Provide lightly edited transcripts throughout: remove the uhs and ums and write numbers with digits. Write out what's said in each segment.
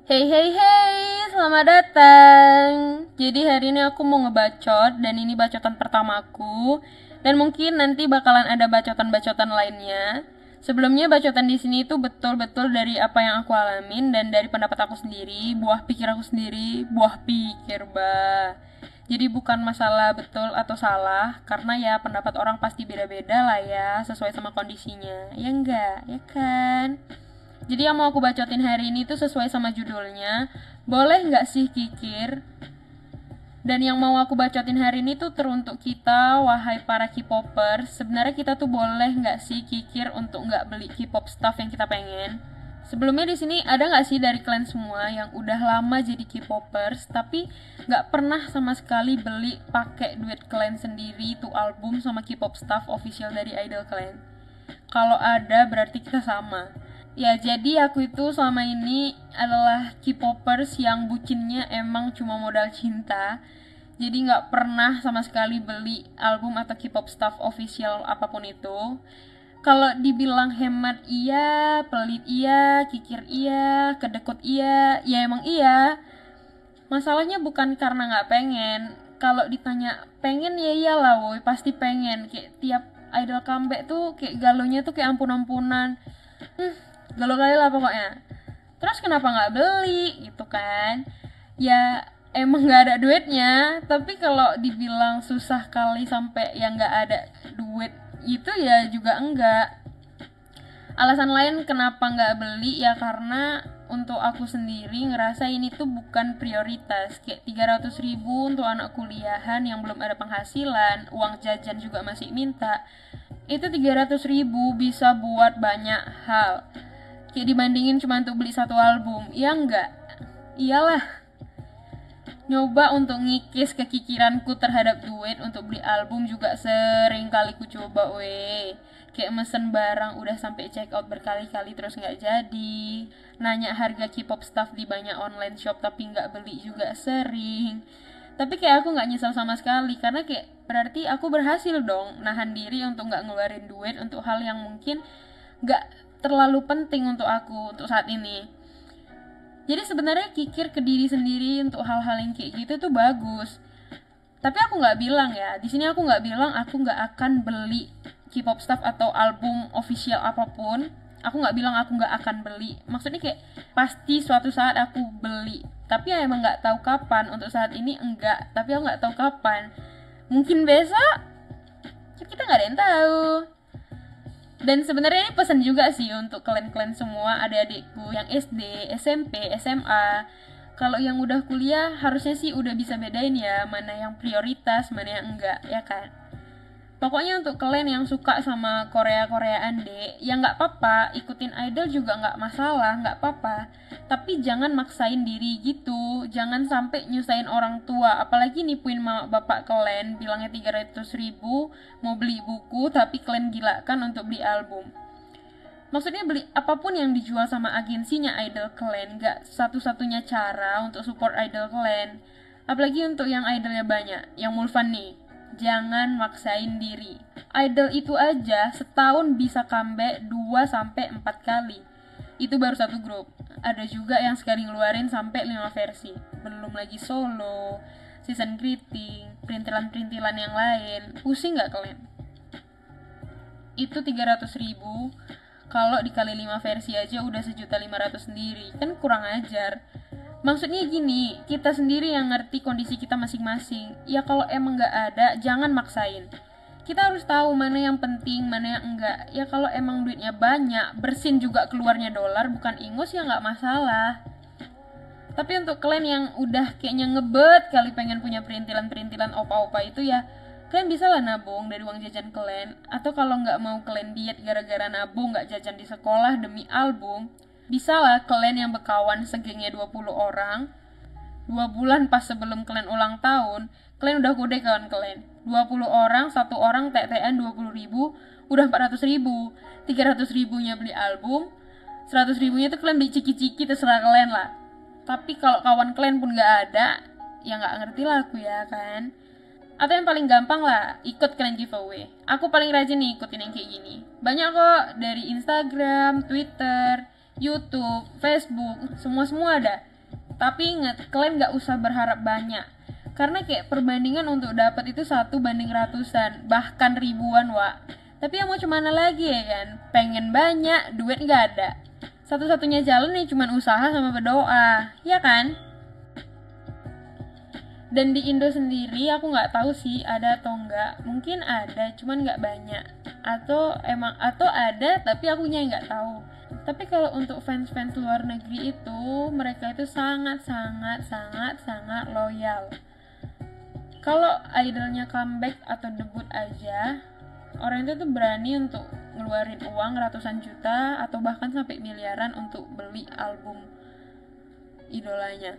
Hey hey hey, selamat datang. Jadi hari ini aku mau ngebacot dan ini bacotan pertamaku dan mungkin nanti bakalan ada bacotan-bacotan lainnya. Sebelumnya bacotan di sini itu betul-betul dari apa yang aku alamin dan dari pendapat aku sendiri, buah pikir aku sendiri, buah pikir bah. Jadi bukan masalah betul atau salah karena ya pendapat orang pasti beda-beda lah ya sesuai sama kondisinya. Ya enggak, ya kan? Jadi yang mau aku bacotin hari ini tuh sesuai sama judulnya. Boleh nggak sih kikir? Dan yang mau aku bacotin hari ini tuh teruntuk kita, wahai para K-popers. Sebenarnya kita tuh boleh nggak sih kikir untuk nggak beli K-pop stuff yang kita pengen? Sebelumnya di sini ada nggak sih dari kalian semua yang udah lama jadi K-popers tapi nggak pernah sama sekali beli pakai duit kalian sendiri tuh album sama K-pop stuff official dari idol kalian? Kalau ada berarti kita sama. Ya jadi aku itu selama ini adalah K-popers yang bucinnya emang cuma modal cinta. Jadi nggak pernah sama sekali beli album atau K-pop stuff official apapun itu. Kalau dibilang hemat iya, pelit iya, kikir iya, kedekut iya, ya emang iya. Masalahnya bukan karena nggak pengen. Kalau ditanya pengen ya iyalah woy, pasti pengen. Kayak tiap idol comeback tuh kayak galonya tuh kayak ampun-ampunan. Galau kali lah pokoknya. Terus kenapa nggak beli gitu kan? Ya emang nggak ada duitnya. Tapi kalau dibilang susah kali sampai yang nggak ada duit itu ya juga enggak. Alasan lain kenapa nggak beli ya karena untuk aku sendiri ngerasa ini tuh bukan prioritas. Kayak 300.000 untuk anak kuliahan yang belum ada penghasilan, uang jajan juga masih minta. Itu 300.000 bisa buat banyak hal. Kayak dibandingin cuma untuk beli satu album, ya enggak? Iyalah, nyoba untuk ngikis kekikiranku terhadap duit untuk beli album juga sering kali ku coba weh. Kayak mesen barang udah sampai check out berkali-kali terus nggak jadi. Nanya harga K-pop stuff di banyak online shop tapi nggak beli juga sering. Tapi kayak aku nggak nyesel sama sekali karena kayak berarti aku berhasil dong nahan diri untuk nggak ngeluarin duit untuk hal yang mungkin nggak terlalu penting untuk aku untuk saat ini. Jadi sebenarnya kikir ke diri sendiri untuk hal-hal yang kayak gitu tuh bagus. Tapi aku nggak bilang ya, di sini aku nggak bilang aku nggak akan beli K-pop stuff atau album official apapun. Aku nggak bilang aku nggak akan beli. Maksudnya kayak pasti suatu saat aku beli. Tapi ya emang nggak tahu kapan. Untuk saat ini enggak. Tapi aku nggak tahu kapan. Mungkin besok. Kita nggak ada yang tahu. Dan sebenarnya ini pesan juga sih untuk kalian-kalian semua, adik-adikku yang SD, SMP, SMA. Kalau yang udah kuliah harusnya sih udah bisa bedain ya mana yang prioritas, mana yang enggak, ya kan? Pokoknya untuk kalian yang suka sama Korea-Koreaan deh, ya nggak apa-apa, ikutin idol juga nggak masalah, nggak apa-apa. Tapi jangan maksain diri gitu, jangan sampai nyusahin orang tua. Apalagi nipuin mama bapak kalian, bilangnya 300.000 mau beli buku, tapi kalian gilakan untuk beli album. Maksudnya beli apapun yang dijual sama agensinya idol kalian, nggak satu-satunya cara untuk support idol kalian. Apalagi untuk yang idolnya banyak, yang Mulfan nih. Jangan maksain diri. Idol itu aja setahun bisa comeback 2 sampai 4 kali. Itu baru satu grup. Ada juga yang sekali ngeluarin sampai 5 versi. Belum lagi solo, season greeting, perintilan-perintilan yang lain. Pusing nggak kalian? Itu 300.000 kalau dikali 5 versi aja udah 1.500.000 sendiri. Kan kurang ajar. Maksudnya gini, kita sendiri yang ngerti kondisi kita masing-masing. Ya kalau emang gak ada, jangan maksain. Kita harus tahu mana yang penting, mana yang enggak. Ya kalau emang duitnya banyak, bersin juga keluarnya dolar, bukan ingus ya gak masalah. Tapi untuk kalian yang udah kayaknya ngebet kali pengen punya perintilan-perintilan opa-opa itu ya, kalian bisa lah nabung dari uang jajan kalian. Atau kalau nggak mau kalian diet gara-gara nabung nggak jajan di sekolah demi album, bisa lah kalian yang berkawan segengnya 20 orang, 2 bulan pas sebelum kalian ulang tahun, kalian udah kode kawan kalian. 20 orang, satu orang TTN 20.000, udah 400.000. 300.000-nya beli album, 100.000-nya tuh kalian beli ciki-ciki terserah kalian lah. Tapi kalau kawan kalian pun gak ada, ya gak ngerti lah aku ya kan. Atau yang paling gampang lah, ikut kalian giveaway. Aku paling rajin nih ikutin yang kayak gini. Banyak kok dari Instagram, Twitter, YouTube, Facebook, semua-semua ada. Tapi ingat, kalian gak usah berharap banyak, karena kayak perbandingan untuk dapat itu 1 banding ratusan, bahkan ribuan, Wak. Tapi yang mau cemana lagi ya kan? Pengen banyak, duit gak ada. Satu-satunya jalan ya cuman usaha sama berdoa, ya kan? Dan di Indo sendiri aku nggak tahu sih ada atau enggak, mungkin ada cuman nggak banyak, atau ada tapi akunya nggak tahu. Tapi kalau untuk fans-fans luar negeri itu, mereka itu sangat sangat sangat sangat loyal. Kalau idolnya comeback atau debut aja, orang itu tuh berani untuk ngeluarin uang ratusan juta atau bahkan sampai miliaran untuk beli album idolanya.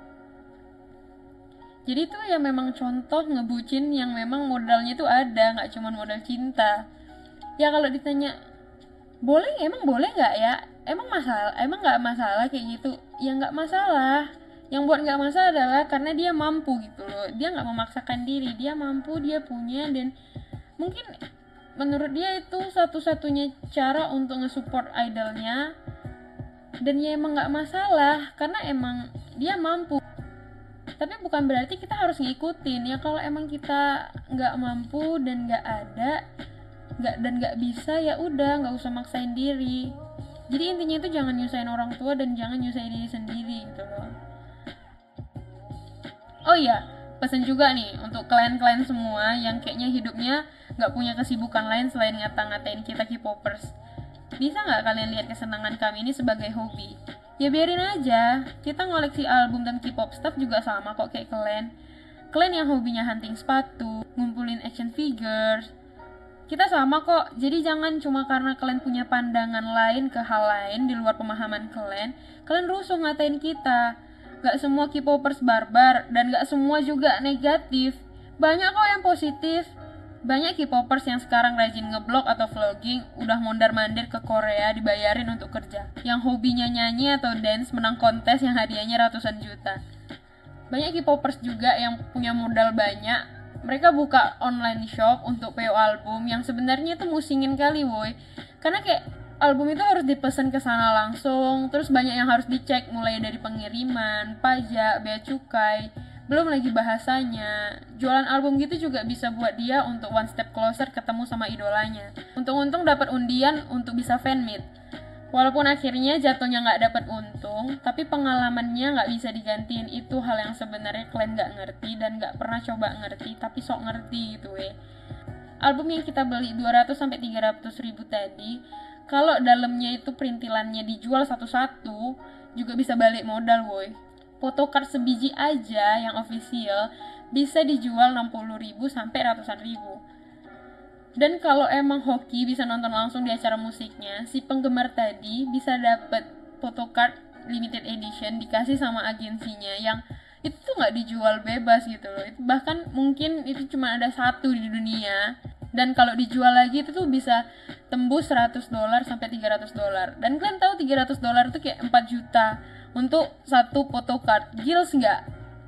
Jadi itu ya memang contoh ngebucin yang memang modalnya tuh ada, nggak cuma modal cinta. Ya kalau ditanya emang boleh nggak ya? Emang nggak masalah kayak gitu? Ya nggak masalah. Yang buat nggak masalah adalah karena dia mampu gitu loh. Dia nggak memaksakan diri, dia mampu, dia punya, dan mungkin menurut dia itu satu-satunya cara untuk nge-support idolnya. Dan ya emang nggak masalah karena emang dia mampu. Tapi bukan berarti kita harus ngikutin ya. Kalau emang kita nggak mampu dan nggak ada, nggak bisa, ya udah nggak usah maksain diri. Jadi intinya itu jangan nyusahin orang tua dan jangan nyusahin diri sendiri gitu loh. Oh iya, pesan juga nih untuk kalian-kalian semua yang kayaknya hidupnya nggak punya kesibukan lain selain ngata-ngatain kita K-popers. Bisa nggak kalian lihat kesenangan kami ini sebagai hobi? Ya biarin aja, kita ngoleksi album dan K-pop stuff juga sama kok kayak kalian. Kalian yang hobinya hunting sepatu, ngumpulin action figures, kita sama kok. Jadi jangan cuma karena kalian punya pandangan lain ke hal lain di luar pemahaman kalian rusuh ngatain kita. Gak semua K-popers barbar, dan gak semua juga negatif. Banyak kok yang positif. Banyak K-popers yang sekarang rajin ngeblog atau vlogging, udah mondar-mandir ke Korea dibayarin untuk kerja. Yang hobinya nyanyi atau dance menang kontes yang hadiahnya ratusan juta. Banyak K-popers juga yang punya modal banyak. Mereka buka online shop untuk PO album yang sebenarnya itu musingin kali woy. Karena kayak album itu harus dipesan ke sana langsung, terus banyak yang harus dicek mulai dari pengiriman, pajak, bea cukai, belum lagi bahasanya. Jualan album gitu juga bisa buat dia untuk one step closer ketemu sama idolanya. Untung-untung dapat undian untuk bisa fanmeet. Walaupun akhirnya jatuhnya nggak dapat untung, tapi pengalamannya nggak bisa digantiin. Itu hal yang sebenarnya kalian nggak ngerti dan nggak pernah coba ngerti, tapi sok ngerti gitu Album yang kita beli 200-300 ribu tadi, kalau dalamnya itu perintilannya dijual satu-satu, juga bisa balik modal woy. Photocard sebiji aja yang official bisa dijual 60.000 sampai ratusan ribu. Dan kalau emang hoki bisa nonton langsung di acara musiknya, si penggemar tadi bisa dapet photocard limited edition dikasih sama agensinya yang itu tuh nggak dijual bebas gitu loh. Itu bahkan mungkin itu cuma ada satu di dunia. Dan kalau dijual lagi itu tuh bisa tembus $100 sampai $300. Dan kalian tahu $300 itu kayak 4 juta untuk satu photocard. Gils nggak?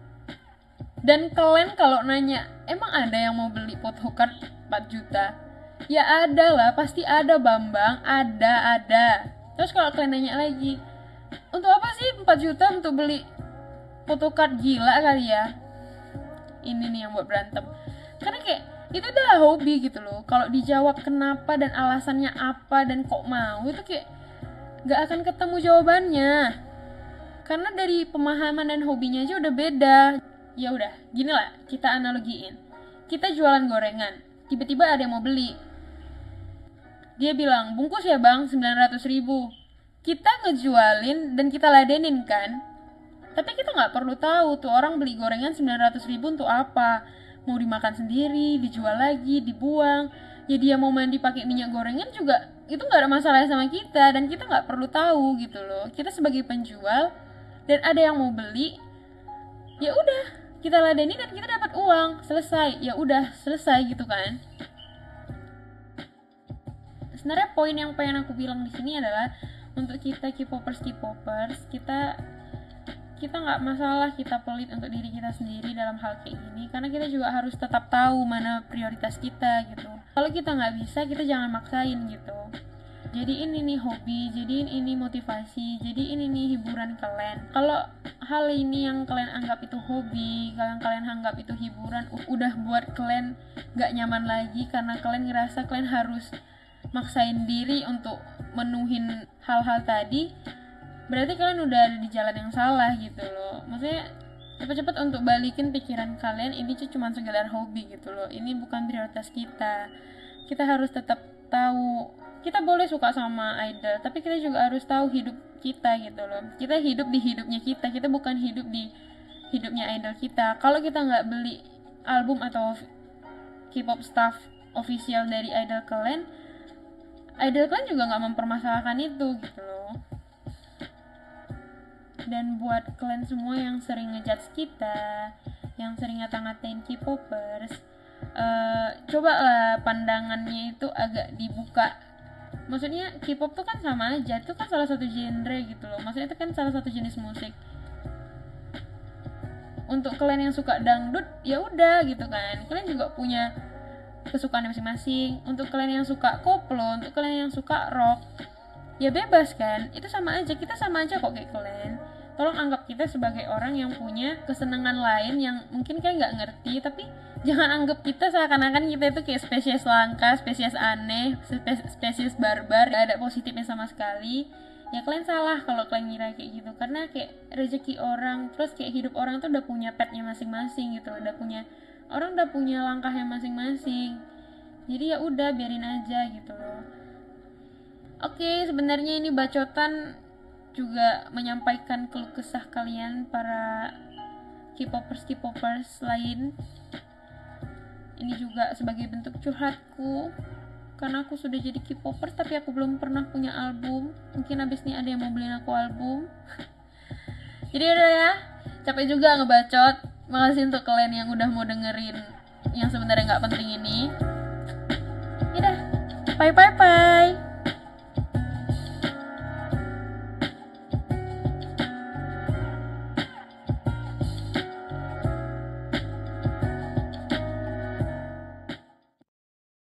Dan kalian kalau nanya, emang ada yang mau beli photocard 4 juta? Ya ada lah, pasti ada Bambang, ada. Terus kalau kalian nanya lagi, untuk apa sih 4 juta untuk beli photocard? Gila kali ya. Ini nih yang buat berantem. Karena kayak itu udah hobi gitu loh. Kalau dijawab kenapa dan alasannya apa dan kok mau, itu kayak gak akan ketemu jawabannya. Karena dari pemahaman dan hobinya aja udah beda. Ya udah, gini lah kita analogiin. Kita jualan gorengan, tiba-tiba ada yang mau beli. Dia bilang, bungkus ya bang, 900 ribu. Kita ngejualin dan kita ladenin kan. Tapi kita gak perlu tahu tuh orang beli gorengan 900 ribu untuk apa. Mau dimakan sendiri, dijual lagi, dibuang. Ya dia mau mandi pakai minyak gorengan juga, itu gak ada masalah sama kita. Dan kita gak perlu tahu gitu loh. Kita sebagai penjual dan ada yang mau beli, ya udah kita ladeni dan kita dapat uang, selesai. Ya udah selesai gitu kan. Sebenarnya poin yang pengen aku bilang di sini adalah untuk kita K-popers, kita nggak masalah kita pelit untuk diri kita sendiri dalam hal kayak gini, karena kita juga harus tetap tahu mana prioritas kita gitu. Kalau kita nggak bisa, kita jangan maksain gitu. jadiin ini hobi, jadiin ini motivasi, jadiin ini hiburan kalian. Kalau hal ini yang kalian anggap itu hobi, kalian anggap itu hiburan, udah buat kalian gak nyaman lagi karena kalian ngerasa kalian harus maksain diri untuk menuhin hal-hal tadi, berarti kalian udah ada di jalan yang salah gitu loh. Maksudnya cepat-cepat untuk balikin pikiran kalian, ini cuma sekedar hobi gitu loh, ini bukan prioritas kita. Kita harus tetap tahu, kita boleh suka sama idol, tapi kita juga harus tahu hidup kita gitu loh. Kita hidup di hidupnya kita bukan hidup di hidupnya idol kita. Kalau kita nggak beli album atau K-pop stuff official dari idol kalian juga nggak mempermasalahkan itu gitu loh. Dan buat kalian semua yang sering ngejudge kita, yang sering ngata-ngatain K-popers, cobalah pandangannya itu agak dibuka. Maksudnya K-pop tuh kan sama aja, itu kan salah satu genre gitu loh. Maksudnya itu kan salah satu jenis musik. Untuk kalian yang suka dangdut, ya udah gitu kan, kalian juga punya kesukaan masing-masing. Untuk kalian yang suka koplo, untuk kalian yang suka rock, ya bebas kan, itu sama aja, kita sama aja kok kayak kalian. Tolong anggap kita sebagai orang yang punya kesenangan lain yang mungkin kalian nggak ngerti, tapi jangan anggap kita seakan-akan kita itu kayak spesies langka, spesies aneh, spesies barbar, gak ada positifnya sama sekali. Ya kalian salah kalau kalian ngira kayak gitu, karena kayak rezeki orang, terus kayak hidup orang tuh udah punya petnya masing-masing gitu loh, orang udah punya langkahnya masing-masing. Jadi ya udah biarin aja gitu loh. Oke, sebenarnya ini bacotan juga menyampaikan keluh kesah kalian para K-popers lain. Ini juga sebagai bentuk curhatku, karena aku sudah jadi K-popers tapi aku belum pernah punya album. Mungkin abis ini ada yang mau beliin aku album. Jadi udah ya, capek juga ngebacot. Makasih untuk kalian yang udah mau dengerin yang sebenarnya nggak penting ini. Yaudah, bye bye.